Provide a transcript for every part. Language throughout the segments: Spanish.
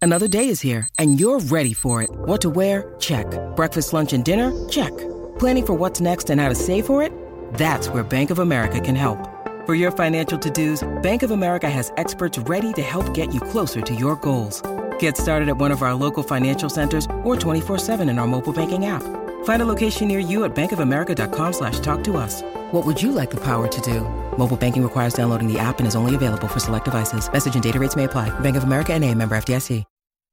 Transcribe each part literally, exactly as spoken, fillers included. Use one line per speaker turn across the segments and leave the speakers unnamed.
Another day is here, and you're ready for it. What to wear? Check. Breakfast, lunch, and dinner? Check. Planning for what's next and how to save for it? That's where Bank of America can help. For your financial to-dos, Bank of America has experts ready to help get you closer to your goals. Get started at one of our local financial centers or twenty-four seven in our mobile banking app. Find a location near you at bankofamerica.com slash talk to us. What would you like the power to do? Mobile banking requires downloading the app and is only available for select devices. Message and data rates may apply. Bank of America N A, member F D I C.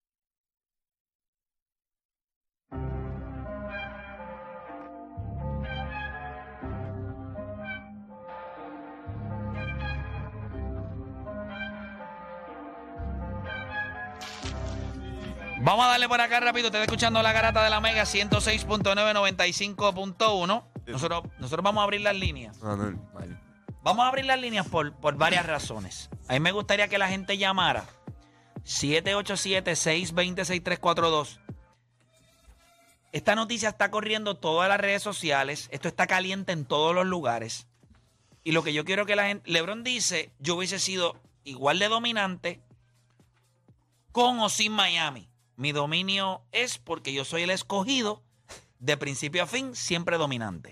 Vamos a darle por acá rápido. Ustedes escuchando la garata de la Mega ciento seis punto nueve, noventa y cinco punto uno. Nosotros, nosotros vamos a abrir las líneas.
No, no, vale.
Vamos a abrir las líneas por, por varias razones. A mí me gustaría que la gente llamara siete ocho siete, seis dos cero, seis tres cuatro dos. Esta noticia está corriendo todas las redes sociales. Esto está caliente en todos los lugares. Y lo que yo quiero que la gente... LeBron dice, yo hubiese sido igual de dominante con o sin Miami. Mi dominio es porque yo soy el escogido de principio a fin, siempre dominante.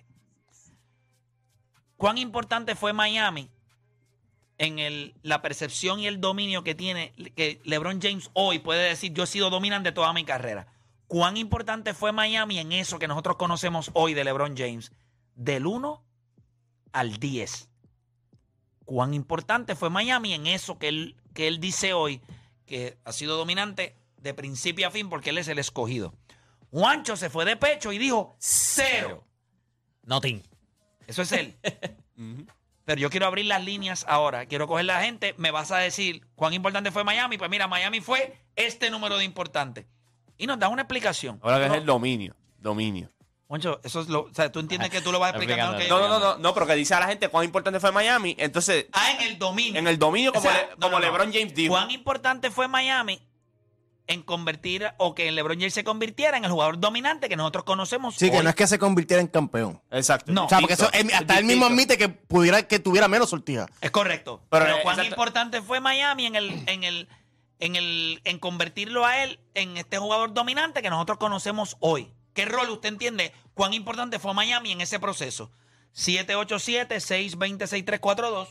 ¿Cuán importante fue Miami en el, la percepción y el dominio que tiene que LeBron James hoy puede decir yo he sido dominante toda mi carrera? ¿Cuán importante fue Miami en eso que nosotros conocemos hoy de LeBron James? Del uno al diez. ¿Cuán importante fue Miami en eso que él, que él dice hoy que ha sido dominante de principio a fin porque él es el escogido? Juancho se fue de pecho y dijo cero. Nothing. Eso es él. uh-huh. Pero yo quiero abrir las líneas ahora. Quiero coger la gente. Me vas a decir cuán importante fue Miami. Pues mira, Miami fue este número de importante. Y nos das una explicación.
Ahora que
no,
es el dominio. Dominio.
Juancho, eso es lo... O sea, tú entiendes que tú lo vas a explicar.
No, no, no, no, no, pero que dice a la gente cuán importante fue Miami. Entonces...
Ah, en el dominio.
En el dominio, como,
o sea,
le,
no,
como
no, no.
LeBron James dijo.
¿Cuán importante fue Miami en convertir o que LeBron James se convirtiera en el jugador dominante que nosotros conocemos
Sí,
hoy?
que no es que se convirtiera en campeón.
Exacto.
No.
O sea, porque eso, él, hasta él mismo admite que pudiera que tuviera menos sortija.
Es correcto.
Pero,
Pero,
eh,
cuán
exacto.
importante fue Miami en el, en el, en el, en convertirlo a él en este jugador dominante que nosotros conocemos hoy. ¿Qué rol usted entiende? ¿Cuán importante fue Miami en ese proceso? siete ocho siete, seis dos cero, seis tres cuatro dos.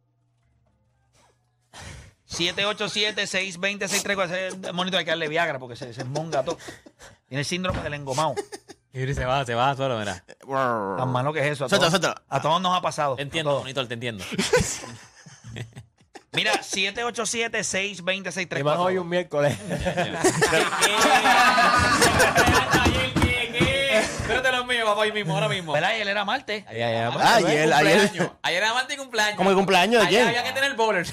siete ocho siete, seis dos cero, seis tres cuatro dos. Ese monito hay que darle Viagra porque se, se esmonga todo. Tiene el síndrome del engomado.
Y se va, se va solo, mira.
Tan malo que es eso. A
Suéltalo,
todos,
suéltalo.
a todos nos ha pasado.
Te
A
entiendo,
todos.
monitor, te entiendo.
Mira, siete ocho siete, seis dos cero, seis tres
Y más
cuatro
hoy
dos.
un miércoles.
Espérate los míos, papá, hoy mismo, ahora mismo.
¿Verdad? Y él era Marte.
Ayer, ayer,
Ah, ayer, ayer.
cumpleaños. Ayer era Marte y cumpleaños.
Como el cumpleaños de
Ayer
Jen.
había que tener bowlers.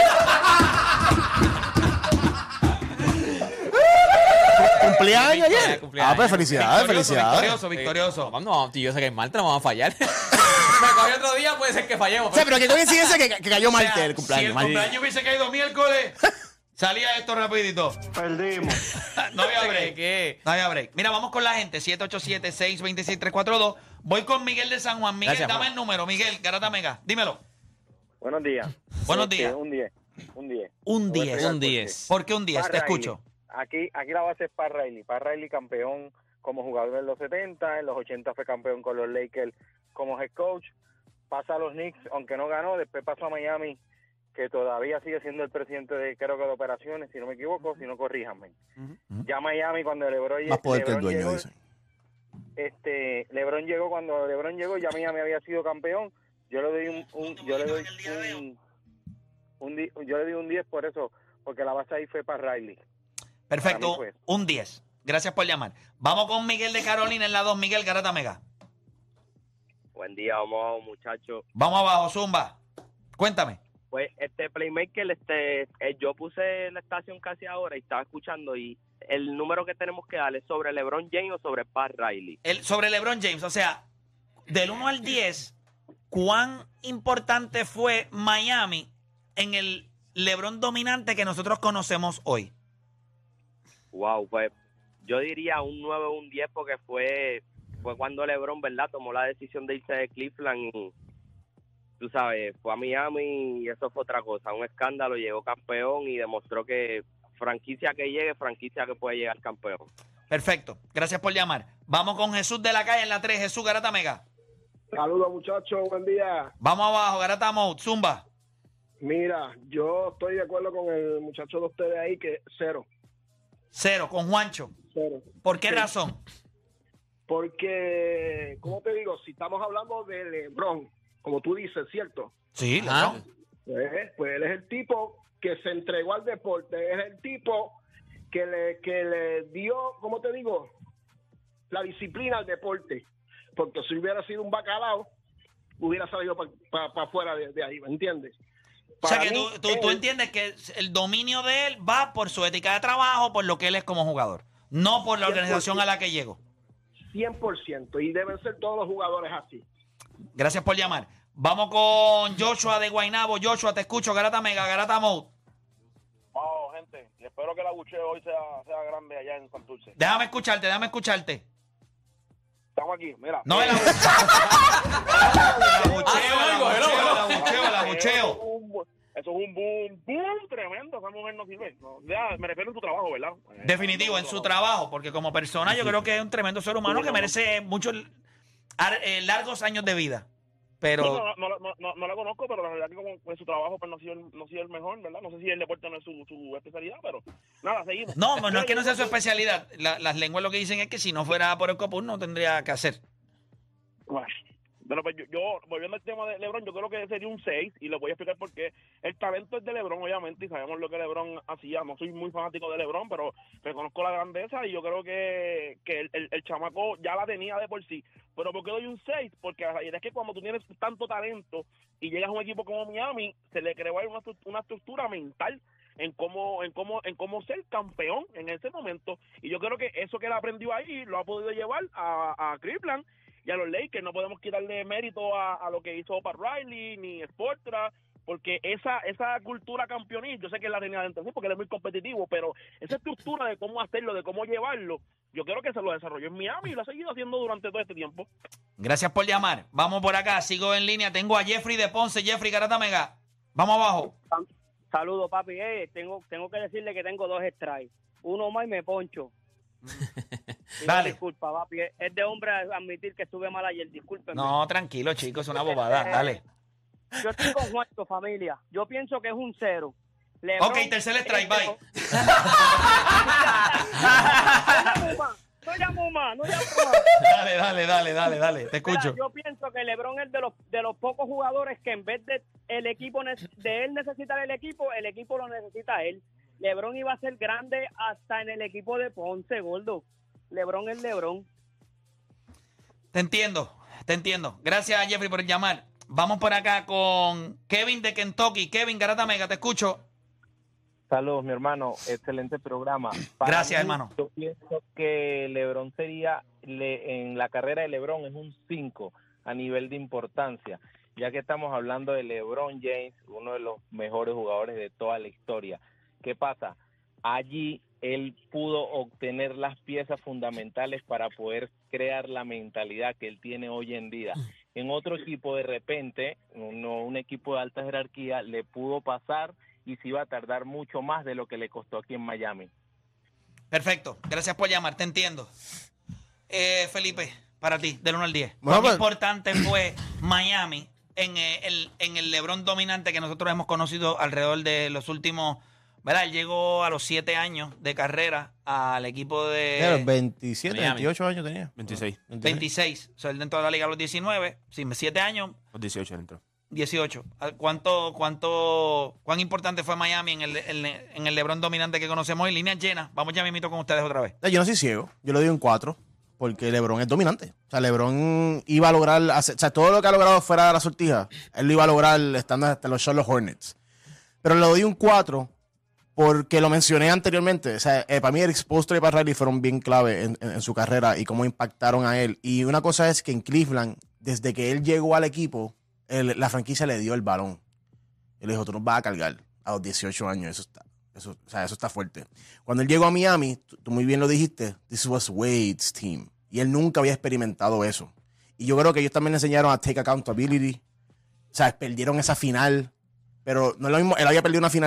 ¿Cumpleaños ayer?
Cumpleaños.
Ah, pues felicidades,
Victorioso,
felicidades.
victorioso, victorioso.
Vamos, no, tío, yo sé que en Marte no vamos a fallar. Me cogí otro día, puede ser que fallemos.
O sea, pero qué coincidencia que, que cayó
O sea,
Marte el cumpleaños.
Si el
Marte.
cumpleaños hubiese caído miércoles, salía esto rapidito.
Perdimos.
No había break.
¿Qué?
No había break. Mira, vamos con la gente. siete ocho siete, seis dos seis, tres cuatro dos. Voy con Miguel de San Juan. Miguel,
Gracias,
dame
Juan.
el número. Miguel, Garata Mega. Dímelo.
Buenos días.
Buenos
Este,
días.
Un diez. Un diez.
Un
Te voy a
diez.
explicar
Un
por qué.
diez.
¿Por qué un diez?
Pat
Te
Riley.
escucho.
Aquí, aquí la base es Pat Riley. Pat Riley campeón como jugador en los setenta, en los ochenta fue campeón con los Lakers como head coach. Pasa a los Knicks, aunque no ganó, después pasó a Miami, que todavía sigue siendo el presidente de, creo que de operaciones, si no me equivoco, si no corríjanme.
Ujú.
Ya Miami cuando LeBron,
Más poder que el
LeBron
dueño,
llegó,
dicen.
este, LeBron llegó cuando LeBron llegó, ya Miami había sido campeón. Yo le doy un, un yo le doy un, un di- yo le doy un diez por eso, porque la base ahí fue para Riley.
Perfecto.
Para mí
Un diez. Gracias por llamar. Vamos con Miguel de Carolina en la dos. Miguel, Garata Mega.
Buen día, vamos muchachos.
Vamos abajo, Zumba. Cuéntame.
Pues este Playmaker, este, eh, yo puse la estación casi ahora y estaba escuchando y el número que tenemos que darle es sobre LeBron James o sobre Pat Riley.
El, sobre LeBron James, o sea, del uno al diez, ¿cuán importante fue Miami en el LeBron dominante que nosotros conocemos hoy?
Wow, pues yo diría un nueve o un diez porque fue fue cuando LeBron, ¿verdad? Tomó la decisión de irse de Cleveland y tú sabes, fue a Miami y eso fue otra cosa, un escándalo, llegó campeón y demostró que franquicia que llegue, franquicia que puede llegar campeón.
Perfecto. Gracias por llamar. Vamos con Jesús de la calle en la tres. Jesús Garata Mega.
Saludos, muchachos, buen día.
Vamos abajo, Garata Mode, Zumba.
Mira, yo estoy de acuerdo con el muchacho de ustedes ahí que cero.
Cero, con Juancho.
Cero.
¿Por qué
Sí.
razón?
Porque, ¿cómo te digo? Si estamos hablando de LeBron, como tú dices, ¿cierto?
Sí,
Ajá.
LeBron.
Pues, pues él es el tipo que se entregó al deporte, es el tipo que le, que le dio, ¿cómo te digo? La disciplina al deporte. Porque si hubiera sido un bacalao, hubiera salido para pa, pa afuera de, de ahí, ¿me entiendes?
O sea
Para
que
mí,
tú, tú, tú
él-
entiendes que el dominio de él va por su ética de trabajo, por lo que él es como jugador, no por la organización a la que llegó.
cien por ciento, y deben ser todos los jugadores así.
Gracias por llamar. Vamos con Joshua de Guaynabo. Joshua, te escucho, Garata Mega, Garata Mode.
Vamos, gente, y espero que el abucheo hoy sea, sea grande allá en Santurce.
Déjame escucharte, déjame escucharte.
Estamos aquí, mira.
No, el
Eh,
abucheo, el abucheo, el abucheo, el abucheo.
Eso es un bu- Eso es un boom, boom tremendo. Esa mujer no sirve. No, ya, me refiero en su trabajo, ¿verdad?
Definitivo, en su trabajo, porque como persona yo creo que es un tremendo ser humano que merece muchos ar- eh, largos años de vida. Pero
No, no, no, no, no, no la conozco, pero la verdad que como en su trabajo pues no ha sido, el- no ha sido el mejor, ¿verdad? No sé si el deporte no es su, su especialidad, pero nada, seguimos.
no, no es que no sea su especialidad. La- las lenguas lo que dicen es que si no fuera por el Copur no tendría que hacer.
Bueno, bueno, pues yo, yo, volviendo al tema de LeBron, yo creo que sería un seis y les voy a explicar por qué. El talento es de LeBron, obviamente, y sabemos lo que LeBron hacía. No soy muy fanático de LeBron, pero reconozco la grandeza y yo creo que, que el, el, el chamaco ya la tenía de por sí. Pero ¿por qué doy un seis? Porque la realidad es que cuando tú tienes tanto talento y llegas a un equipo como Miami, se le creó ahí una, estru- una estructura mental en cómo, en cómo, en cómo ser campeón en ese momento. Y yo creo que eso que él aprendió ahí lo ha podido llevar a, a Cleveland y a los Lakers. No podemos quitarle mérito a, a lo que hizo Pat Riley ni Spoelstra, porque esa esa cultura campeonil, yo sé que él la tenía dentro de sí, porque él es muy competitivo, pero esa estructura de cómo hacerlo, de cómo llevarlo, yo creo que se lo desarrolló en Miami y lo ha seguido haciendo durante todo este tiempo.
Gracias por llamar. Vamos por acá, sigo en línea. Tengo a Jeffrey de Ponce. Jeffrey, Garata Mega. Vamos abajo.
Saludos, papi. Eh, tengo, tengo que decirle que tengo dos strikes. Uno más y me poncho. Pido
Dale.
Disculpa, papi. Es- Es de hombre admitir que estuve mal ayer. Discúlpenme.
No, tranquilo, chicos, es una bobada. Dale.
Yo estoy con Juancho, familia. Yo pienso que es un cero. LeBron
Ok, tercer strike,
es-
bye.
No llamo más, no llamo más, no llamo más.
Dale, dale, dale, dale, dale. Te escucho.
Mira, yo pienso que LeBron es de los de los pocos jugadores que en vez de el equipo ne- de él necesitar el equipo, el equipo lo necesita a él. LeBron iba a ser grande hasta en el equipo de Ponce, gordo. LeBron es LeBron.
Te entiendo, te entiendo. Gracias, Jeffrey, por llamar. Vamos por acá con Kevin de Kentucky. Kevin, Garata Mega, te escucho.
Saludos, mi hermano. Excelente programa.
Gracias,
mí,
hermano.
Yo pienso que LeBron sería, le- en la carrera de LeBron, es un cinco a nivel de importancia, ya que estamos hablando de LeBron James, uno de los mejores jugadores de toda la historia. ¿Qué pasa? Allí él pudo obtener las piezas fundamentales para poder crear la mentalidad que él tiene hoy en día. En otro equipo, de repente, uno, un equipo de alta jerarquía, le pudo pasar y se iba a tardar mucho más de lo que le costó aquí en Miami.
Perfecto, gracias por llamar, te entiendo. Eh, Felipe, para ti, del uno al diez.
Bueno,
¿Cuán
pues-
importante fue Miami en eh, el, en el LeBron dominante que nosotros hemos conocido alrededor de los últimos... ¿Verdad? Él llegó a los siete años de carrera al equipo
Era
de
veintisiete,
Miami.
veintiocho años tenía.
veintiséis.
veintiséis. O sea, él dentro de la liga a los diecinueve. Sí, siete años,
Los dieciocho dentro.
dieciocho. ¿Cuánto, cuánto, ¿Cuán importante fue Miami en el, en, en el LeBron dominante que conocemos hoy? Líneas llenas. Vamos ya mismito con ustedes otra vez.
Yo no soy ciego, yo le doy un cuatro, porque LeBron es dominante. O sea, LeBron iba a lograr, hacer, o sea, todo lo que ha logrado fuera de la sortija, él lo iba a lograr estando hasta los Charlotte Hornets. Pero le doy un cuatro porque lo mencioné anteriormente. O sea, eh, para mí Eric Spoelstra y Pat Riley fueron bien clave en, en, en su carrera y cómo impactaron a él. Y una cosa es que en Cleveland, desde que él llegó al equipo, el- la franquicia le dio el balón. Y le dijo, tú nos vas a cargar a los dieciocho años. Eso está, eso, o sea, eso está fuerte. Cuando él llegó a Miami, tú, tú muy bien lo dijiste, this was Wade's team. Y él nunca había experimentado eso. Y yo creo que ellos también le enseñaron a take accountability. O sea, perdieron esa final. Pero no es lo mismo, él había perdido una final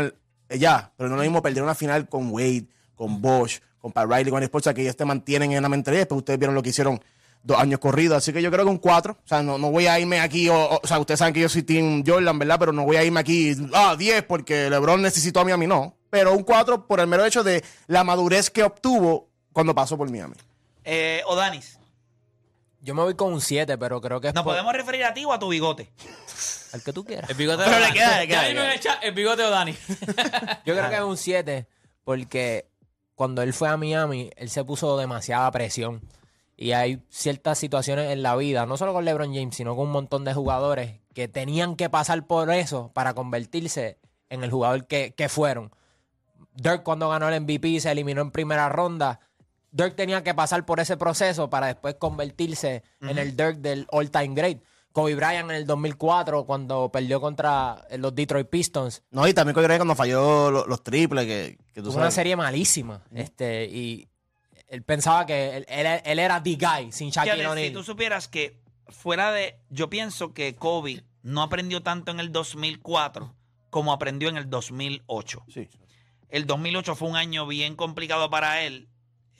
eh, ya, pero no es lo mismo perder una final con Wade, con Bosch, con Pat Riley, con Esposa, que ellos te mantienen en la mentalidad. Después ustedes vieron lo que hicieron dos años corridos. Así que yo creo que un cuatro. O sea, no, no voy a irme aquí. O, o, o sea, ustedes saben que yo soy Team Jordan, ¿verdad? Pero no voy a irme aquí, ah, diez, porque LeBron necesitó a Miami. No. Pero un cuatro por el mero hecho de la madurez que obtuvo cuando pasó por Miami.
Eh, Odanis.
Yo me voy con un siete, pero creo que es
¿Nos
por-
podemos referir a ti o a tu bigote?
al que tú quieras.
El bigote
Pero
de
le
Dani.
queda, le queda,
Ya
le
mismo
queda.
en el chat, el bigote de Dani.
Yo creo que es un siete porque cuando él fue a Miami, él se puso demasiada presión. Y hay ciertas situaciones en la vida, no solo con LeBron James, sino con un montón de jugadores que tenían que pasar por eso para convertirse en el jugador que, que fueron. Dirk, cuando ganó el M V P, se eliminó en primera ronda. Dirk tenía que pasar por ese proceso para después convertirse uh-huh. en el Dirk del all-time great. Kobe Bryant en el dos mil cuatro, cuando perdió contra los Detroit Pistons.
No, y también Kobe Bryant cuando falló los, los triples. Que, que tú
Tuvo
sabes.
una serie malísima. Uh-huh. este Y él pensaba que él, él, él era the guy sin Shaquille O'Neal.
Si tú supieras que fuera de... Yo pienso que Kobe no aprendió tanto en el dos mil cuatro como aprendió en el dos mil ocho.
Sí.
El dos mil ocho fue un año bien complicado para él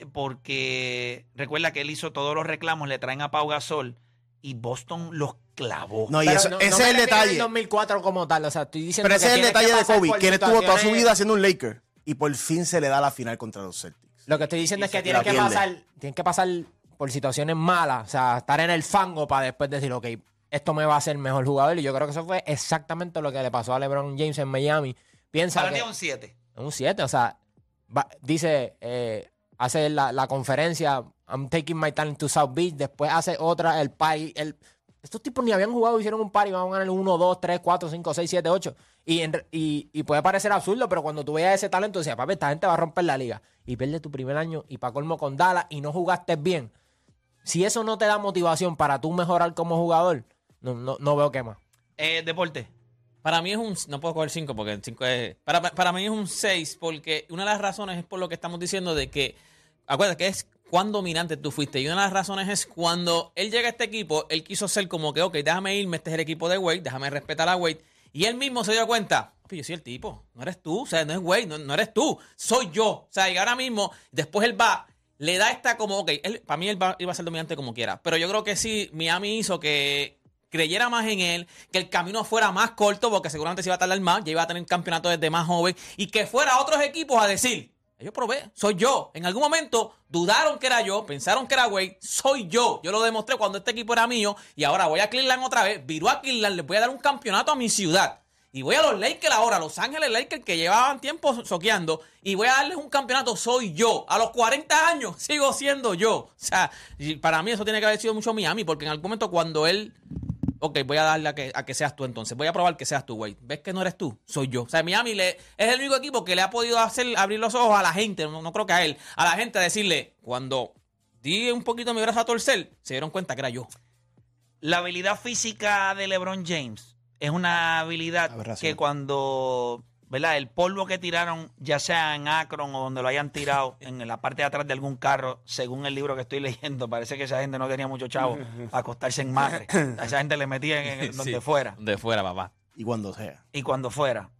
porque recuerda que él hizo todos los reclamos, le traen a Pau Gasol y Boston los clavó.
No, y
Pero
eso,
no,
ese
no
es el
me refiero
detalle.
al dos mil cuatro como tal, o sea, estoy diciendo
Pero ese
que
es el
tienes que
detalle de
pasar
Kobe,
por
que él estuvo toda su
situaciones-
vida siendo un Laker y por fin se le da la final contra los Celtics.
Lo que estoy diciendo
Y
es que
se
tienes
la
que
pierde.
pasar, tienes que pasar por situaciones malas, o sea, estar en el fango para después decir, ok, esto me va a hacer mejor jugador. Y yo creo que eso fue exactamente lo que le pasó a LeBron James en Miami. Piensa
Para
que
ti es un siete.
un siete, o sea, va- dice, eh, hace la, la conferencia, I'm taking my time to South Beach, después hace otra, el party, el... Estos tipos ni habían jugado, hicieron un party, vamos a ganar uno, dos, tres, cuatro, cinco, seis, siete, ocho. Y, en re- y, y puede parecer absurdo, pero cuando tú veas ese talento, decías, papi, esta gente va a romper la liga. Y pierde tu primer año y para colmo con Dallas y no jugaste bien. Si eso no te da motivación para tú mejorar como jugador, no, no, no veo qué más.
Eh, deporte.
Para mí es un... No puedo coger cinco porque el cinco es... Para, para mí es un seis porque una de las razones es por lo que estamos diciendo de que... Acuérdate que es cuán dominante tú fuiste. Y una de las razones es cuando él llega a este equipo, él quiso ser como que, ok, déjame irme, este es el equipo de Wade, déjame respetar a Wade. Y él mismo se dio cuenta, yo soy el tipo, no eres tú, o sea, no es Wade, no, no eres tú, soy yo. O sea, y ahora mismo, después él va, le da esta como, ok, él, para mí él va, iba a ser dominante como quiera. Pero yo creo que sí, Miami hizo que creyera más en él, que el camino fuera más corto, porque seguramente se iba a tardar más, ya iba a tener un campeonato desde más joven, y que fuera a otros equipos a decir, yo probé, soy yo. En algún momento dudaron que era yo, pensaron que era Wade, soy yo. Yo lo demostré cuando este equipo era mío y ahora voy a Cleveland otra vez, viró a Cleveland, le voy a dar un campeonato a mi ciudad. Y voy a los Lakers ahora, Los Ángeles Lakers que llevaban tiempo soqueando y voy a darles un campeonato, soy yo. A los cuarenta años sigo siendo yo. O sea, y para mí eso tiene que haber sido mucho Miami, porque en algún momento cuando él... Ok, voy a darle a que, a que seas tú entonces. Voy a probar que seas tú, Wade. ¿Ves que no eres tú? Soy yo. O sea, Miami le, es el único equipo que le ha podido hacer abrir los ojos a la gente, no, no creo que a él, a la gente a decirle, cuando di un poquito mi brazo a torcer, se dieron cuenta que era yo.
La habilidad física de LeBron James es una habilidad
Aberración.
que cuando, ¿verdad? El polvo que tiraron, ya sea en Akron o donde lo hayan tirado, en la parte de atrás de algún carro, según el libro que estoy leyendo, parece que esa gente no tenía mucho chavo para acostarse en madre. A esa gente le metían en, en donde
Sí,
fuera.
Donde fuera, papá.
Y cuando sea.
Y cuando fuera.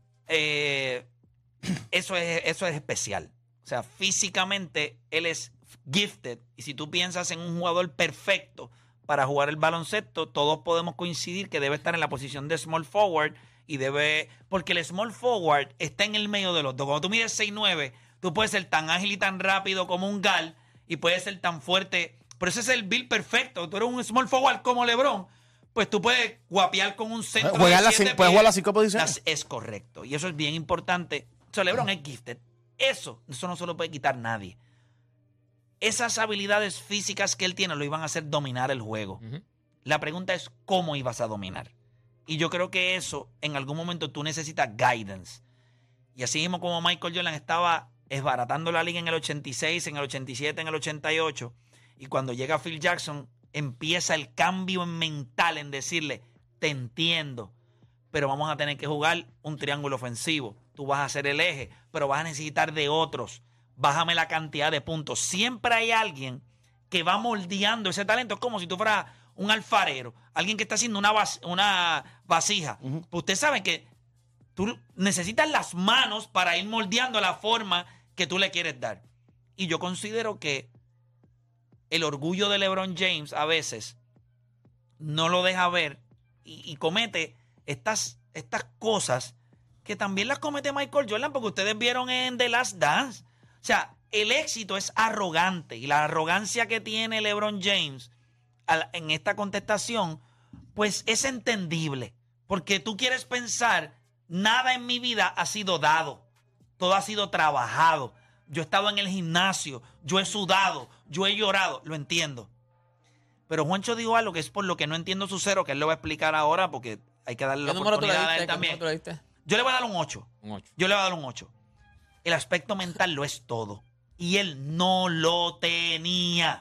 Eh, eso, es, eso es especial. O sea, físicamente él es gifted. Y si tú piensas en un jugador perfecto para jugar el baloncesto, todos podemos coincidir que debe estar en la posición de small forward y debe... Porque el small forward está en el medio de los dos. Cuando tú mides seis nueve, tú puedes ser tan ágil y tan rápido como un gal y puedes ser tan fuerte. Pero ese es el build perfecto. Tú eres un small forward como LeBron. Pues tú puedes guapear con un centro
Juegar
de
las
siete
cin- puedes
pies.
jugar las cinco posiciones.
Las- Es correcto. Y eso es bien importante. O sea, LeBron es gifted. Eso, eso no se lo puede quitar nadie. Esas habilidades físicas que él tiene lo iban a hacer dominar el juego.
Uh-huh.
La pregunta es cómo ibas a dominar. Y yo creo que eso, en algún momento tú necesitas guidance. Y así mismo como Michael Jordan estaba esbaratando la liga en el ochenta y seis, en el ochenta y siete, en el ochenta y ocho, y cuando llega Phil Jackson, empieza el cambio mental en decirle, te entiendo, pero vamos a tener que jugar un triángulo ofensivo. Tú vas a ser el eje, pero vas a necesitar de otros. Bájame la cantidad de puntos. Siempre hay alguien que va moldeando ese talento. Es como si tú fueras un alfarero, alguien que está haciendo una, vas- una vasija.
Ujú.
Pues ustedes saben que Tú necesitas las manos para ir moldeando la forma que tú le quieres dar. Y yo considero que el orgullo de LeBron James a veces no lo deja ver y, y comete estas, estas cosas que también las comete Michael Jordan, porque ustedes vieron en The Last Dance. O sea, el éxito es arrogante y la arrogancia que tiene LeBron James al, en esta contestación, pues es entendible. Porque tú quieres pensar, nada en mi vida ha sido dado. Todo ha sido trabajado. Yo he estado en el gimnasio, yo he sudado, yo he llorado. Lo entiendo. Pero Juancho dijo algo que es por lo que no entiendo su cero, que él lo va a explicar ahora porque hay que darle la oportunidad a él también. Yo le voy a dar un ocho.
Un ocho.
Yo le voy a dar un ocho. El aspecto mental lo es todo. Y él no lo tenía.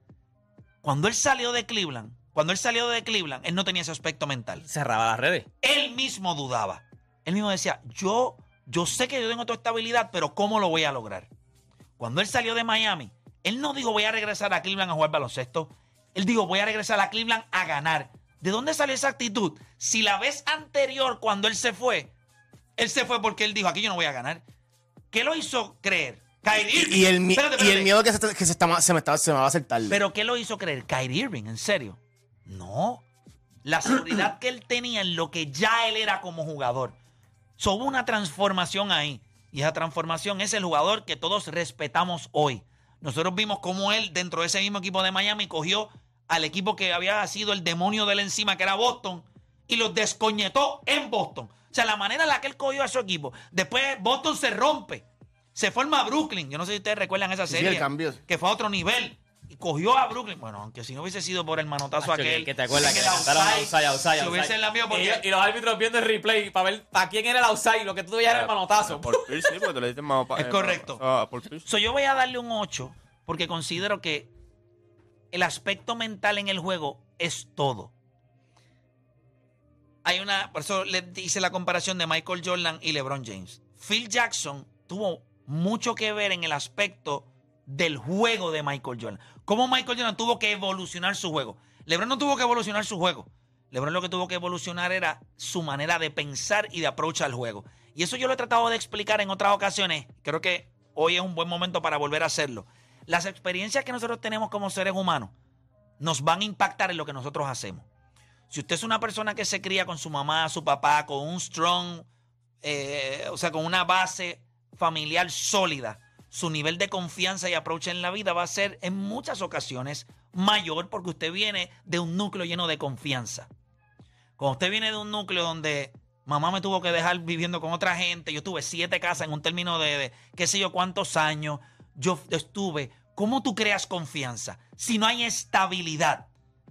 Cuando él salió de Cleveland, cuando él salió de Cleveland, él no tenía ese aspecto mental.
Cerraba las redes.
Él mismo dudaba. Él mismo decía, yo, yo sé que yo tengo toda estabilidad, pero ¿cómo lo voy a lograr? Cuando él salió de Miami, él no dijo voy a regresar a Cleveland a jugar baloncesto. Él dijo voy a regresar a Cleveland a ganar. ¿De dónde salió esa actitud? Si la vez anterior, cuando él se fue, él se fue porque él dijo aquí yo no voy a ganar. ¿Qué lo hizo creer? Kyrie Irving.
Y, y, el, mi-
Espérate,
y
espérate.
el miedo que, se, que se, está, se, me está, se me va a hacer tarde.
¿Pero qué lo hizo creer? Kyrie Irving, ¿en serio? No. La seguridad que él tenía en lo que ya él era como jugador. So, hubo una transformación ahí. Y esa transformación es el jugador que todos respetamos hoy. Nosotros vimos cómo él, dentro de ese mismo equipo de Miami, cogió al equipo que había sido el demonio de él encima, que era Boston, y los descoñetó en Boston. O sea, la manera en la que él cogió a su equipo. Después Boston se rompe. Se forma Brooklyn. Yo no sé si ustedes recuerdan esa
Sí,
serie.
el cambio.
Que fue a otro nivel. Y cogió a Brooklyn. Bueno, aunque si no hubiese sido por el manotazo
Macho,
aquel.
que te acuerdas
en
que
el
le cantaron
outside,
outside, outside,
si hubiesen
outside.
la mía porque...
Y, y los árbitros viendo el replay para ver para quién era el outside. Lo que tú veías era el manotazo.
Por Pierce, sí, porque tú le diste mano pa-
Es
eh,
correcto.
ah, por Pierce.
So, yo voy a darle un ocho porque considero que el aspecto mental en el juego es todo. Hay una, por eso le hice la comparación de Michael Jordan y LeBron James. Phil Jackson tuvo mucho que ver en el aspecto del juego de Michael Jordan. Cómo Michael Jordan tuvo que evolucionar su juego. LeBron no tuvo que evolucionar su juego. LeBron lo que tuvo que evolucionar era su manera de pensar y de approach al juego. Y eso yo lo he tratado de explicar en otras ocasiones. Creo que hoy es un buen momento para volver a hacerlo. Las experiencias que nosotros tenemos como seres humanos nos van a impactar en lo que nosotros hacemos. Si usted es una persona que se cría con su mamá, su papá, con un strong, eh, o sea, con una base familiar sólida, su nivel de confianza y approach en la vida va a ser en muchas ocasiones mayor porque usted viene de un núcleo lleno de confianza. Cuando usted viene de un núcleo donde mamá me tuvo que dejar viviendo con otra gente, yo tuve siete casas en un término de, de qué sé yo cuántos años, yo estuve, ¿cómo tú creas confianza si no hay estabilidad?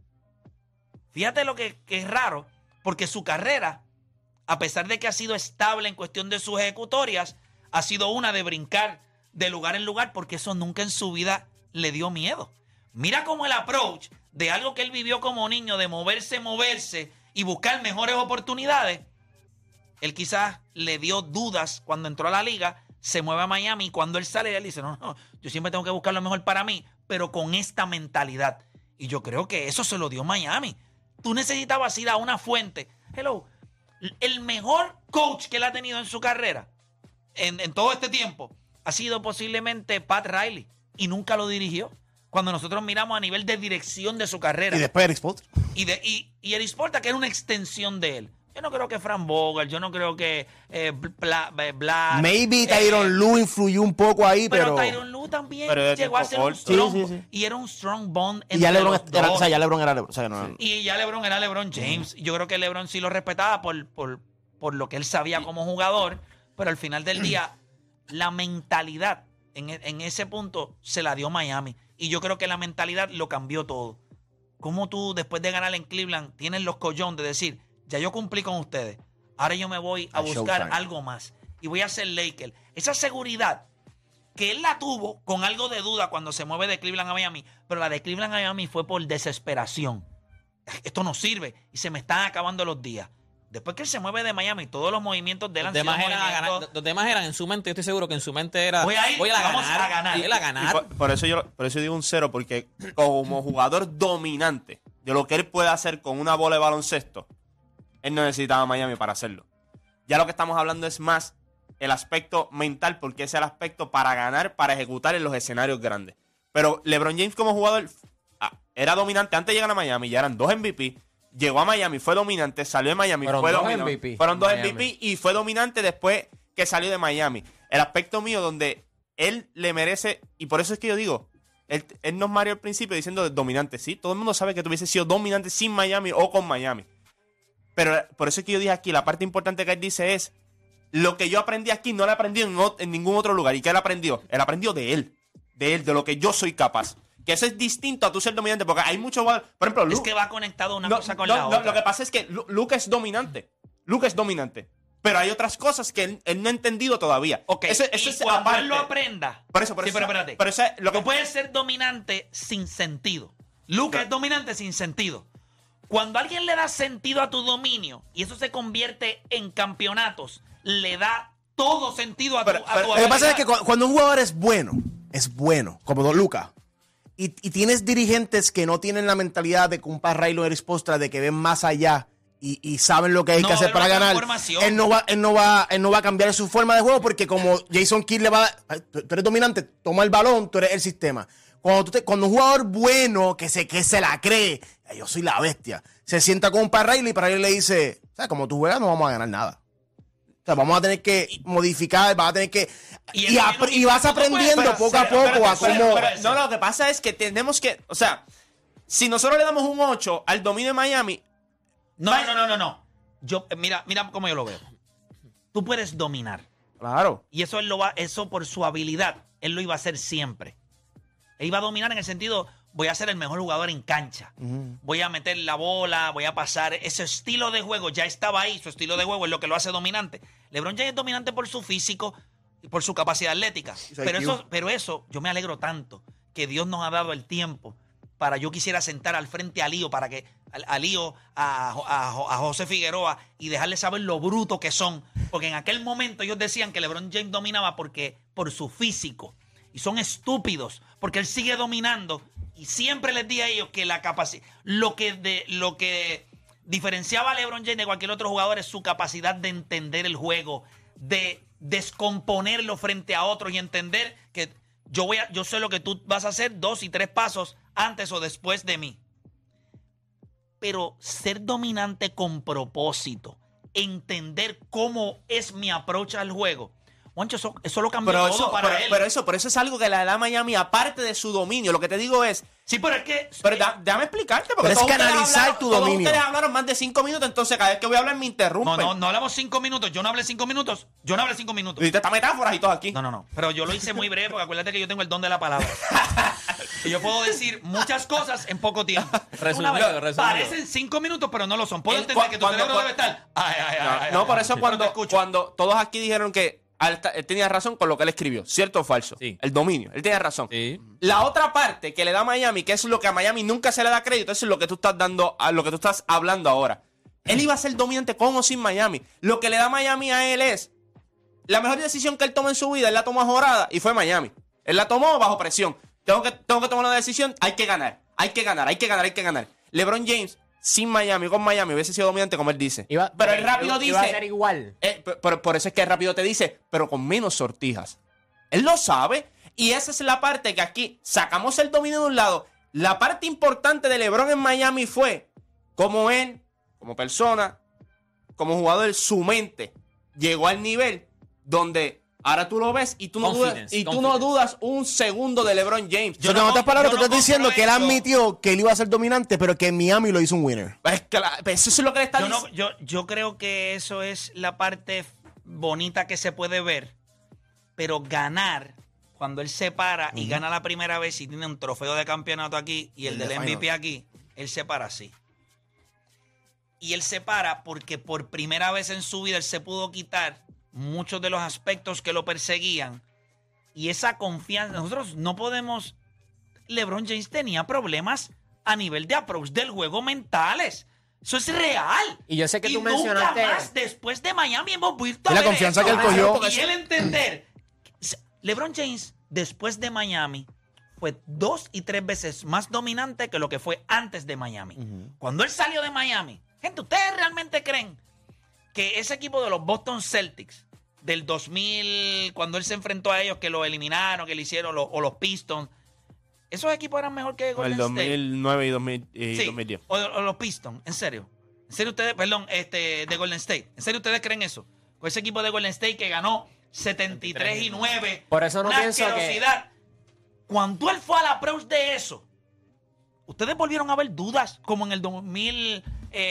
Fíjate lo que, que es raro, porque su carrera, a pesar de que ha sido estable en cuestión de sus ejecutorias, ha sido una de brincar de lugar en lugar, porque eso nunca en su vida le dio miedo. Mira cómo el approach de algo que él vivió como niño, de moverse, moverse y buscar mejores oportunidades, él quizás le dio dudas cuando entró a la liga, se mueve a Miami y cuando él sale, él dice, no, no, yo siempre tengo que buscar lo mejor para mí, pero con esta mentalidad. Y yo creo que eso se lo dio Miami. Tú necesitabas ir a una fuente. Hello, el mejor coach que él ha tenido en su carrera, en, en todo este tiempo, ha sido posiblemente Pat Riley. Y nunca lo dirigió. Cuando nosotros miramos a nivel de dirección de su carrera.
Y después Eric Spoelstra.
Y, de, y, y Eric Spoelstra, que era una extensión de él. Yo no creo que Frank Vogel, yo no creo que eh, Bla, Bla,
Maybe
eh,
Tyronn Lue influyó un poco ahí,
pero...
pero...
Tyronn Lue también
Pero de
llegó a ser
tiempo
un
corto.
strong...
Sí, sí, sí.
Y era un strong bond
Y ya
entre
LeBron,
los
era,
dos.
o sea, ya LeBron era LeBron. O sea, no,
Y ya LeBron era LeBron James. Yo creo que LeBron sí lo respetaba por, por, por lo que él sabía como jugador, pero al final del día, la mentalidad en, en ese punto se la dio Miami. Y yo creo que la mentalidad lo cambió todo. Cómo tú, después de ganar en Cleveland, tienes los collones de decir, ya yo cumplí con ustedes, ahora yo me voy a
A
buscar
Showtime.
algo más. Y voy a ser Laker. Esa seguridad que él la tuvo con algo de duda cuando se mueve de Cleveland a Miami, pero la de Cleveland a Miami fue por desesperación. Esto no sirve y se me están acabando los días. Después que él se mueve de Miami, todos los movimientos de él
Los
han sido
demás, eran a
movimientos-
ganar, los demás eran en su mente, yo estoy seguro que en su mente era
Voy a ir, vamos
ganar,
a ganar.
Él a
Y
ganar.
por, por eso yo por eso digo un cero, porque como jugador dominante de lo que él puede hacer con una bola de baloncesto, él no necesitaba a Miami para hacerlo. Ya lo que estamos hablando es más el aspecto mental, porque es el aspecto para ganar, para ejecutar en los escenarios grandes. Pero LeBron James como jugador ah, era dominante antes de llegar a Miami, ya eran dos M V P. Llegó a Miami, fue dominante, salió de Miami,
Fueron
fue
dos
dominante.
M V P.
Fueron dos
Miami.
M V P y fue dominante después que salió de Miami. El aspecto mío donde él le merece, y por eso es que yo digo, él, él nos mareó al principio diciendo dominante, sí, todo el mundo sabe que tú hubiese sido dominante sin Miami o con Miami. Pero por eso es que yo dije aquí, la parte importante que él dice es, lo que yo aprendí aquí no lo aprendí en, en ningún otro lugar. ¿Y qué él aprendió? Él aprendió de él, de él, de lo que yo soy capaz. Que eso es distinto a tú ser dominante, porque hay muchos jugadores, por ejemplo, Luke,
Es que va conectado una
no,
cosa con
no,
la
no,
otra.
Lo que pasa es que Lu- Luke es dominante. Luke es dominante. Pero hay otras cosas que él, él no ha entendido todavía.
Ok,
Eso, eso
y
es
cuando
aparte.
él lo aprenda.
Por eso, por
sí,
eso.
pero espérate.
Pero eso es lo que
Tú puedes ser dominante sin sentido. Luke es dominante sin sentido. Cuando alguien le da sentido a tu dominio y eso se convierte en campeonatos, le da todo sentido a tu,
Pero-
a
pero-
tu
Lo que pasa es
habilidad.
que cu- cuando un jugador es bueno, es bueno, como Don Luca, y, y tienes dirigentes que no tienen la mentalidad de que un Parrailo o Eris Postra, de que ven más allá y, y saben lo que hay
No
que
va a
hacer
haber
para
una
ganar,
transformación.
él no, va, él, no va, él no va a cambiar su forma de juego porque como Jason Kidd le va a dar, tú, tú eres dominante, toma el balón, tú eres el sistema. Cuando, tú te- cuando un jugador bueno que se, que se la cree, yo soy la bestia, se sienta con un Parrailo y Parrailo le dice, o sea, como tú juegas no vamos a ganar nada. O sea, vamos a tener que modificar, vas a tener que...
Y
Y,
eso
apre-
tiene un
y vas
impacto,
aprendiendo
pues,
poco a
pero-
poco
pero-
a
pero-
cómo...
pero-
No, lo que pasa es que tenemos que, o sea, si nosotros le damos un ocho al dominio de Miami,
No, no, no, no, no. Yo, eh, mira, mira cómo yo lo veo. Tú puedes dominar.
claro.
Y eso él lo va, eso por su habilidad, él lo iba a hacer siempre. Él iba a dominar en el sentido, voy a ser el mejor jugador en cancha. Voy a meter la bola, voy a pasar. Ese estilo de juego ya estaba ahí. Su estilo de juego es lo que lo hace dominante. LeBron James es dominante por su físico y por su capacidad atlética.
su
Pero
I Q.
eso, pero eso, yo me alegro tanto que Dios nos ha dado el tiempo para yo quisiera sentar al frente a Lío, para que a, a Lío, a, a, a José Figueroa y dejarle saber lo bruto que son. Porque en aquel momento ellos decían que LeBron James dominaba porque, por su físico. Y son estúpidos porque él sigue dominando. Y siempre les di a ellos que la capacidad, lo que, de, lo que diferenciaba a LeBron James de cualquier otro jugador es su capacidad de entender el juego, de descomponerlo frente a otros y entender que yo, voy a, yo sé lo que tú vas a hacer dos y tres pasos antes o después de mí. Pero ser dominante con propósito, entender cómo es mi approach al juego. Juancho, eso, eso lo cambió
Pero
todo
eso,
para
pero,
él.
pero eso, pero eso es algo que le da a Miami aparte de su dominio. Lo que te digo es,
sí, pero es que...
pero da- déjame explicarte, porque
Pero es
todos ustedes
canalizar
hablaron-
tu
todos
dominio.
ustedes hablaron más de cinco minutos, entonces cada vez que voy a hablar me interrumpen.
No, no, no hablamos cinco minutos. Yo no hablé cinco minutos. Yo no hablé cinco minutos.
Y te está metáforas y todo aquí.
No, no, no. Pero yo lo hice muy breve porque acuérdate que yo tengo el don de la palabra. Y yo puedo decir muchas cosas en poco tiempo.
Resumido,
Una vez,
resumido.
Parecen cinco minutos, pero no lo son. Puedo
El-
entender
cu-
que tu
cuando-
cerebro
cu-
debe estar... Ay, ay, ay, ay,
No,
ay,
por
ay.
eso
Pero te
cuando,
escucho.
cuando todos aquí dijeron que él, ta- él tenía razón con lo que él escribió, ¿cierto o falso?
Sí.
El dominio, él tenía razón.
Sí.
La otra parte que le da a Miami, que es lo que a Miami nunca se le da crédito, eso es lo que tú estás dando, a lo que tú estás hablando ahora. Él iba a ser dominante con o sin Miami. Lo que le da Miami a él es la mejor decisión que él tomó en su vida, él la tomó a jorada y fue Miami. Él la tomó bajo presión. Tengo que, tengo que tomar una decisión, hay que ganar, hay que ganar, hay que ganar, hay que ganar. LeBron James sin Miami, con Miami, hubiese sido dominante como él dice.
Iba-
pero él rápido
iba- iba a
dice...
ser igual.
Eh, por, por- por eso es que rápido te dice, pero con menos sortijas. Él lo sabe. Y esa es la parte que aquí sacamos el dominio de un lado. La parte importante de LeBron en Miami fue cómo él, como persona, como jugador, su mente llegó al nivel donde ahora tú lo ves y tú no dudas,
Confidence,
y tú no
confidence.
dudas un segundo de LeBron James.
Yo
no
en otras
com-
palabras,
yo
tú
no
estás diciendo
compro
que él
eso.
admitió que él iba a ser dominante, pero que en Miami lo hizo un winner.
Pues, claro, pues eso es lo que le está
Yo, no-
diciendo.
yo, yo creo que eso es la parte bonita que se puede ver, pero ganar, cuando él se para y gana la primera vez y tiene un trofeo de campeonato aquí y el,
El
del
de
M V P
finals.
aquí, él se para así. Y él se para porque por primera vez en su vida él se pudo quitar muchos de los aspectos que lo perseguían y esa confianza. Nosotros no podemos... LeBron James tenía problemas a nivel de approach del juego mentales. Eso es real.
Y yo sé que
Y
tú
nunca
mencionaste-
más después de Miami hemos visto
Y la
ver
confianza
eso.
que él cogió.
Y él entender. LeBron James, después de Miami, fue dos y tres veces más dominante que lo que fue antes de Miami. Cuando él salió de Miami, gente, ¿ustedes realmente creen que ese equipo de los Boston Celtics del dos mil, cuando él se enfrentó a ellos, que lo eliminaron, que le hicieron, lo, o los Pistons, esos equipos eran mejor que Golden
El dos mil
State.
nueve y, dos mil, y
Sí,
dos mil diez.
o, o los Pistons, en serio. En serio ustedes, perdón, este, de Golden State. ¿En serio ustedes creen eso? Con ese equipo de Golden State que ganó setenta y tres y nueve.
Por eso no
una
pienso que-
asquerosidad. Cuando él fue al approach de eso, ustedes volvieron a ver dudas, como en el dos mil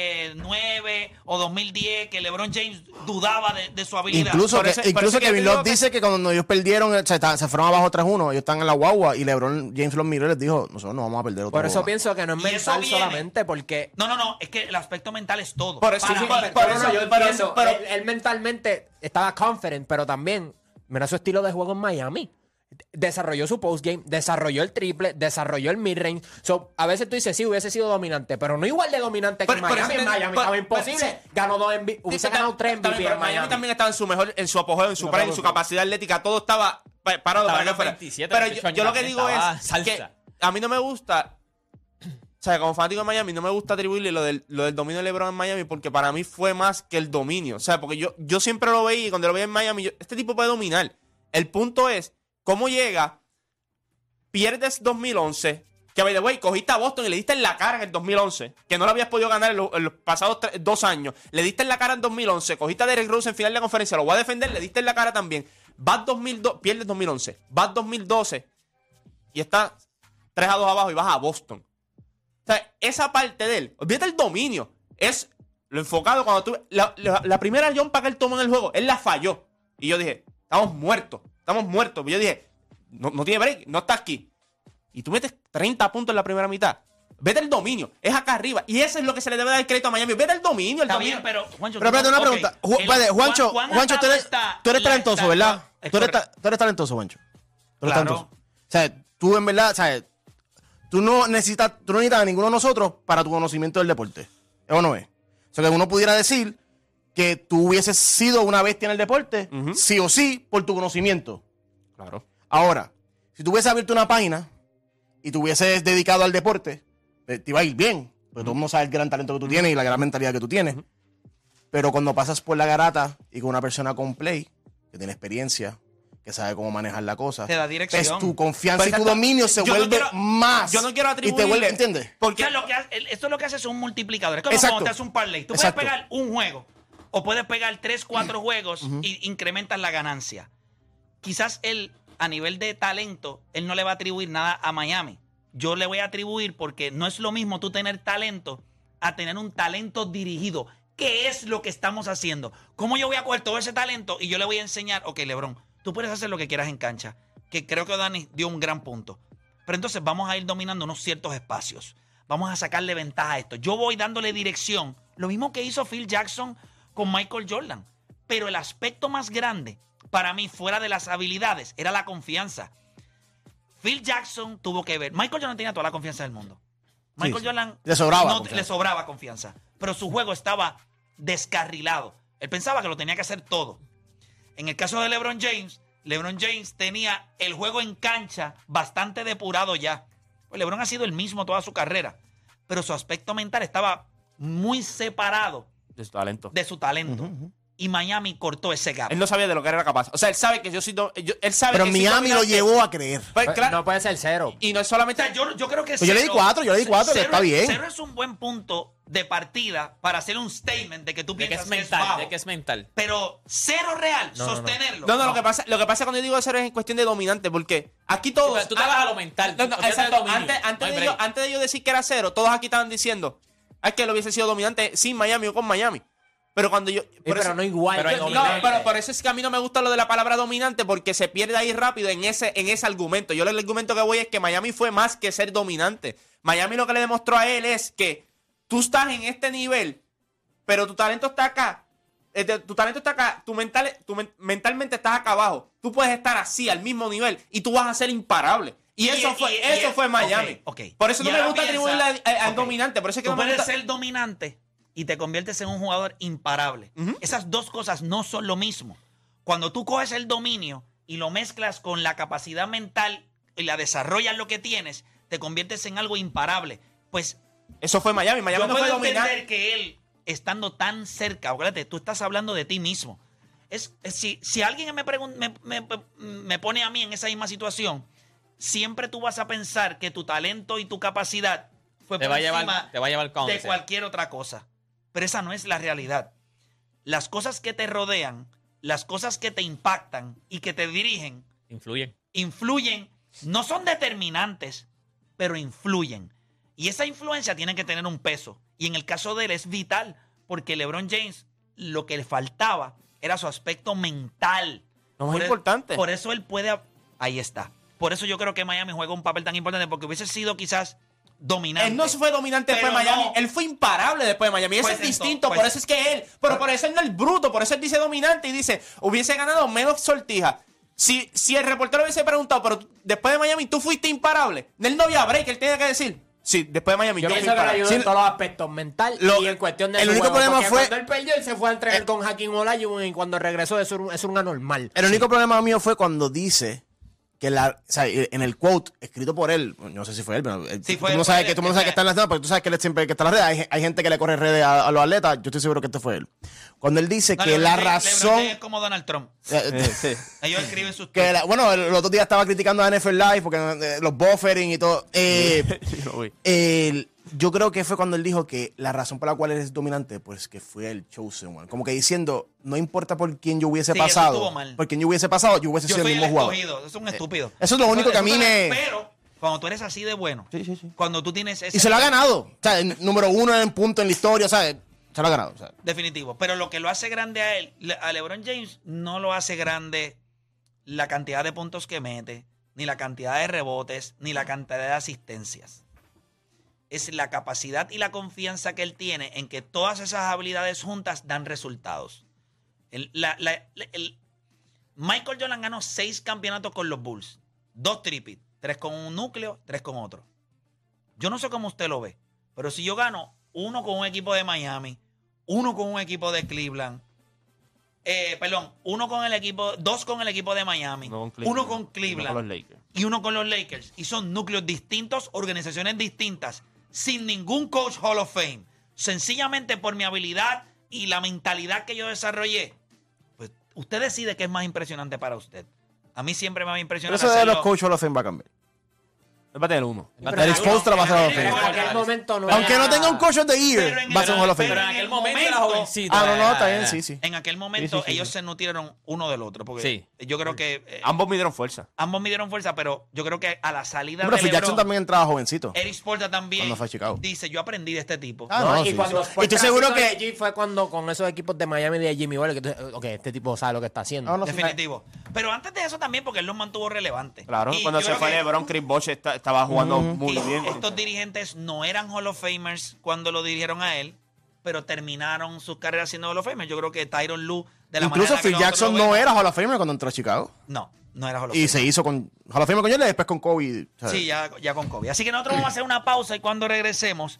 nueve o dos mil diez, que LeBron James dudaba de, de su habilidad.
Incluso,
Por
que,
eso- por
incluso
eso que yo
Kevin
te digo
Love
que-
dice que cuando ellos perdieron, o sea, está- se fueron abajo tres uno, ellos están en la guagua y LeBron James los miró y les dijo, nosotros no vamos a perder otro
Por eso
juego más".
pienso que no es
Y eso
mental
viene.
solamente, porque...
No, no, no, es que el aspecto mental es todo.
Por eso-
Para
sí,
mí.
por-
Por
eso-
eso yo
pero-
entiendo,
pero-
él, él mentalmente estaba confident, pero también, mira su estilo de juego en Miami. Desarrolló su postgame, desarrolló el triple, desarrolló el midrange. So, a veces tú dices, sí, hubiese sido dominante, pero no igual de dominante que
Pero-
en
pero
Miami.
eso
En
te-
Miami
pero-
estaba imposible.
pero-
Ganó dos M V P, hubiese
Sí,
ganado tres
también,
M V P
pero
en
Miami
Miami.
también estaba en su mejor, en su apogeo, en su
No,
prime, en
pero-
su capacidad atlética, todo estaba pa- parado
Estaba
para
en
que
los
fuera.
veintisiete,
Pero
veintiocho
yo, yo lo que
años,
digo
estaba
es
salsa.
que a mí no me gusta, o sea, como fanático de Miami, no me gusta atribuirle lo del, lo del dominio de LeBron en Miami porque para mí fue más que el dominio. O sea, porque yo, yo siempre lo veía y cuando lo veía en Miami, yo, este tipo puede dominar. El punto es, ¿cómo llega? Pierdes dos mil once, que by the way, cogiste a Boston y le diste en la cara en el dos mil once, que no lo habías podido ganar en, lo- en los pasados tres- dos años. Le diste en la cara en dos mil once, cogiste a Derrick Rose en final de conferencia, lo voy a defender, le diste en la cara también. Vas dos mil dos, pierdes dos mil once, vas dos mil doce y estás tres a dos abajo y vas a Boston. O sea, esa parte de él, olvídate el dominio, es lo enfocado cuando tú... La, la, la primera jumpa que él tomó en el juego, él la falló. Y yo dije, estamos muertos, estamos muertos. Y yo dije, no, no tiene break, no está aquí. Y tú metes treinta puntos en la primera mitad. Vete el dominio, es acá arriba. Y eso es lo que se le debe dar el crédito a Miami. Vete el dominio, el
Está
dominio.
bien, pero Juancho,
Pero espérate, una
ok,
pregunta. Ju-
el-
vale, Juancho,
¿cuán- cuán
Juancho, tú
atado
eres,
está
tú eres
la
talentoso,
estatua?
¿verdad?
Es
Tú eres,
correcto.
ta- tú eres talentoso, Juancho. Tú eres
Claro.
talentoso. O sea, tú en verdad, o sea, tú no necesitas, tú no necesitas a ninguno de nosotros para tu conocimiento del deporte. ¿O no es? O sea, que uno pudiera decir que tú hubieses sido una bestia en el deporte,
Ujú.
sí o sí, por tu conocimiento.
Claro.
Ahora, si tú hubieses abierto una página y te hubieses dedicado al deporte, eh, te iba a ir bien. Porque todo el mundo sabe el gran talento que tú tienes y la gran mentalidad que tú tienes. Pero cuando pasas por la garata y con una persona con play, que tiene experiencia, que sabe cómo manejar la cosa,
Te da dirección.
pues tu confianza
Pero
y tu
exacto,
dominio se
yo no
vuelve
quiero-
más.
yo no quiero
Y te
atribuirle-
vuelve, ¿entiendes?
O
Porque
sea, lo que hace- el- esto es lo que hace es un multiplicador. Es como
Exacto.
cuando te hace un parlay. Tú
Exacto.
puedes pegar un juego o puedes pegar tres, cuatro juegos y incrementas la ganancia. Quizás él, a nivel de talento, él no le va a atribuir nada a Miami. Yo le voy a atribuir porque no es lo mismo tú tener talento a tener un talento dirigido. ¿Qué es lo que estamos haciendo? ¿Cómo yo voy a coger todo ese talento y yo le voy a enseñar, ok, LeBron, tú puedes hacer lo que quieras en cancha? Que creo que Dani dio un gran punto. Pero entonces vamos a ir dominando unos ciertos espacios. Vamos a sacarle ventaja a esto. Yo voy dándole dirección. Lo mismo que hizo Phil Jackson con Michael Jordan. Pero el aspecto más grande para mí, fuera de las habilidades, era la confianza. Phil Jackson tuvo que ver. Michael Jordan tenía toda la confianza del mundo. Michael
sí.
Jordan
Le sobraba
no,
confianza.
le sobraba confianza. Pero su juego estaba descarrilado. Él pensaba que lo tenía que hacer todo. En el caso de LeBron James, LeBron James tenía el juego en cancha bastante depurado ya. Pues LeBron ha sido el mismo toda su carrera. Pero su aspecto mental estaba muy separado
de su talento.
de su talento. Y Miami cortó ese gap.
Él no sabía de lo que era capaz. O sea, él sabe que yo soy... do- yo- él sabe
Pero
que soy
Miami lo
dominante.
llevó a creer.
Pues, claro,
No puede ser cero.
y no es solamente...
O sea, yo, yo creo que
Pues yo le di
cero-
cuatro, yo le di cuatro, que
cero
está
es-
bien.
Cero es un buen punto de partida para hacer un statement de que tú
De que
piensas
es
que es
mental,
bajo.
de que es mental.
Pero cero real,
No, no, no.
sostenerlo.
No, no, lo que pasa, lo que pasa cuando yo digo eso es en cuestión de dominante, porque aquí todos...
pero tú te vas a lo mental,
No, no,
olvídate
exacto.
del dominio.
Antes, antes,
No hay
de
break.
yo, antes de yo decir que era cero, todos aquí estaban diciendo, es que él hubiese sido dominante sin Miami o con Miami. Pero cuando yo... por
pero
eso-
no igual.
Pero
que
en
No,
dominante.
pero por eso es que a mí no me gusta lo de la palabra dominante, porque se pierde ahí rápido en ese, en ese argumento. Yo el argumento que voy es que Miami fue más que ser dominante. Miami lo que le demostró a él es que tú estás en este nivel, pero tu talento está acá. Eh, te- Tu talento está acá, tu, mental, tu men- mentalmente estás acá abajo. Tú puedes estar así, al mismo nivel, y tú vas a ser imparable. Y,
Y-
eso fue
y- y-
eso fue Miami.
ok, ok.
Por eso
Y
no me
ahora
gusta
piensa-
atribuirle al, al
ok.
dominante. Por eso es que
Tú
no me
puedes
gusta.
ser dominante y te conviertes en un jugador imparable.
Ujú.
Esas dos cosas no son lo mismo. Cuando tú coges el dominio y lo mezclas con la capacidad mental y la desarrollas lo que tienes, te conviertes en algo imparable. Pues
Eso fue Miami. Miami
yo
no
puedo
fue
entender
dominante.
que él estando tan cerca. Acuérdate, tú estás hablando de ti mismo. Es, es si, si alguien me, pregun- me, me, me pone a mí en esa misma situación, siempre tú vas a pensar que tu talento y tu capacidad fue
Te
por
va a
encima
llevar, te va a llevar con
de cualquier otra cosa. Pero esa no es la realidad. Las cosas que te rodean, las cosas que te impactan y que te dirigen,
Influyen.
influyen, no son determinantes, pero influyen. Y esa influencia tiene que tener un peso. Y en el caso de él es vital, porque LeBron James lo que le faltaba era su aspecto mental.
Lo más
Por e-
importante.
Por eso él puede... Ahí está. Por eso yo creo que Miami juega un papel tan importante, porque hubiese sido quizás dominante.
Él no fue dominante después de
Pero
Miami.
no.
Él fue imparable después de Miami. Eso
Pues
es
entonces,
distinto.
pues-
por eso es que él. Pero por eso él no es bruto. Por eso él dice dominante y dice, hubiese ganado menos sortijas. Si, si el reportero hubiese preguntado, pero después de Miami tú fuiste imparable. Él no había break. Él tenía que decir, sí, después de Miami
Yo
yo, fui
pienso que le
imparable.
ayudó
Sí,
en todos los aspectos mental
lo-
y en cuestión de
el
su
único
juego,
problema
porque
fue-
cuando él perdió él se fue a entrenar con Hakeem Olajuwon y cuando regresó eso era un, eso era un anormal.
El único problema mío fue cuando dice que la, o sea, en el quote escrito por él, no sé si fue él, pero él-
Sí,
todo
fue-
el mundo
fue
sabe
él,
que todo el mundo sabe que está en las redes, porque tú sabes que él siempre que está en las redes, hay, hay gente que le corre redes a, a los atletas, yo estoy seguro que este fue él. Cuando él dice
No,
que
LeBron
la
James- LeBron
razón
James es como Donald Trump.
eh,
Sí.
Ellos escriben sus
que la- bueno, el, el otro día estaba criticando a N F L Live porque eh, los buffering y todo. Eh,
Yo lo vi.
el- yo creo que fue cuando él dijo que la razón por la cual él es dominante, pues que fue el chosen one. Como que diciendo, no importa por quién yo hubiese
Sí, eso
pasado,
estuvo mal.
por quién yo hubiese pasado, yo hubiese
Yo
sido
soy
el
el
mismo jugador.
escogido. Eso es un estúpido.
Eso es lo único que a mí
Eso-
me-
Pero cuando tú eres así de bueno,
Sí, sí, sí.
cuando tú tienes ese...
Y se lo ha ganado. O sea, el número uno en punto en la historia, ¿sabes? Se lo ha ganado. O sea.
Definitivo. Pero lo que lo hace grande a él, le- a LeBron James, no lo hace grande la cantidad de puntos que mete, ni la cantidad de rebotes, ni la cantidad de asistencias. Es la capacidad y la confianza que él tiene en que todas esas habilidades juntas dan resultados. El- la- la- el- Michael Jordan ganó seis campeonatos con los Bulls. Dos tripit. Tres con un núcleo, tres con otro. Yo no sé cómo usted lo ve, pero si yo gano uno con un equipo de Miami, uno con un equipo de Cleveland, eh, perdón, uno con el equipo, dos con el equipo de Miami,
No con Cleveland,
uno con
uno
Cleveland
con los Lakers.
y uno con los Lakers, y son núcleos distintos, organizaciones distintas, sin ningún coach Hall of Fame, sencillamente por mi habilidad y la mentalidad que yo desarrollé, pues usted decide qué es más impresionante para usted. A mí siempre me va a
Pero
impresionar
eso de los
hacerlo.
coach Hall of Fame va a cambiar.
Él va a tener uno.
Pero
El
en
exposed la va a hacer Hall of
en
En
Fame.
aquel momento no
Aunque
era-
no tenga un coach of the year,
Pero en
va a ser un
el-
Hall of Fame.
pero
Pero en
en
aquel
el
momento era
momento-
jovencito.
Ah, no, no,
era-
está bien,
era-
sí, sí.
En aquel momento
Sí, sí, sí,
ellos
sí.
se nutrieron uno del otro. Porque
Sí.
yo creo que eh,
Ambos midieron fuerza.
ambos midieron fuerza, pero yo creo que a la salida
Pero
de
Phil Jackson
LeBron,
también entraba jovencito.
Eric Spoelstra también
Cuando fue a Chicago.
dice, yo aprendí de este tipo.
Ah,
No,
no,
y
sí,
cuando
sí.
fue
Y estoy seguro
tráfico
que-
de G fue cuando con esos equipos de Miami y de Jimmy Butler que tú, ok, este tipo sabe lo que está haciendo.
No, no, sí.
Definitivo. Pero antes de eso también, porque él los mantuvo relevantes.
Claro,
Y
cuando
yo
se
creo
fue
que-
LeBron, Chris Bosh está- estaba jugando muy
y
bien.
estos dirigentes no eran Hall of Famers cuando lo dirigieron a él, pero terminaron sus carreras siendo Hall of Famers. Yo creo que Tyronn Lue, de la
Incluso
manera que
Phil
nosotros
Jackson
lo
no
vemos-
era Hall of Famer cuando entró a Chicago.
No, no era Hall of
Y
Famer.
se hizo con Hall of Famer con Jordan y después con Kobe. ¿sabes?
Sí, ya, ya con Kobe. Así que nosotros vamos a hacer una pausa y cuando regresemos,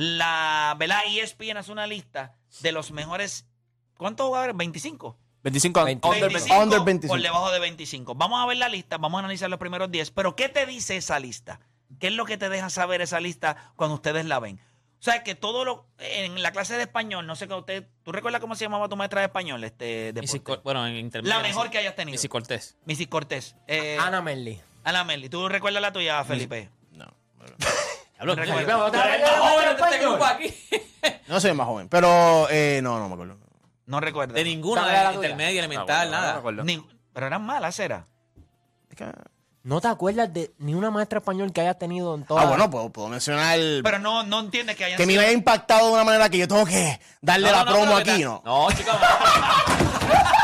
la ¿verdad? E S P N hace una lista de los mejores. ¿Cuántos jugadores? ¿veinticinco?
veinticinco
veinte.
under
veinticinco,
Under veinticinco.
por debajo de veinticinco. Vamos a ver la lista, vamos a analizar los primeros diez. Pero ¿qué te dice esa lista? ¿Qué es lo que te deja saber esa lista cuando ustedes la ven? O sea, que todo lo... En la clase de español, no sé qué usted... ¿Tú recuerdas cómo se llamaba tu maestra de español? Este,
Missy
deporte?
Cor- bueno, en intermedio.
La mejor que hayas tenido.
Missy Cortés.
Missy Cortés. Eh,
Ana Merly.
Ana Merly. ¿Tú recuerdas la tuya, Felipe?
No.
Hablo,
Recuerda.
Felipe, vos te vas a hablar ahora de este grupo aquí.
No soy más joven, pero eh, no, no me acuerdo.
No recuerdo.
De ninguna,
¿Sabes la
de
tuya?
intermedia, elemental,
No, no me
nada.
acuerdo.
Ni- pero eran malas, ¿era?
Es que-
¿No te acuerdas de ni una maestra español que hayas tenido en toda
Ah, bueno, puedo, puedo mencionar
Pero no, no entiendes que hayan
que me
sido-
haya impactado de una manera que yo tengo que darle
No,
la
no,
promo
pero
aquí,
que
¿no?
ta- No, chicos.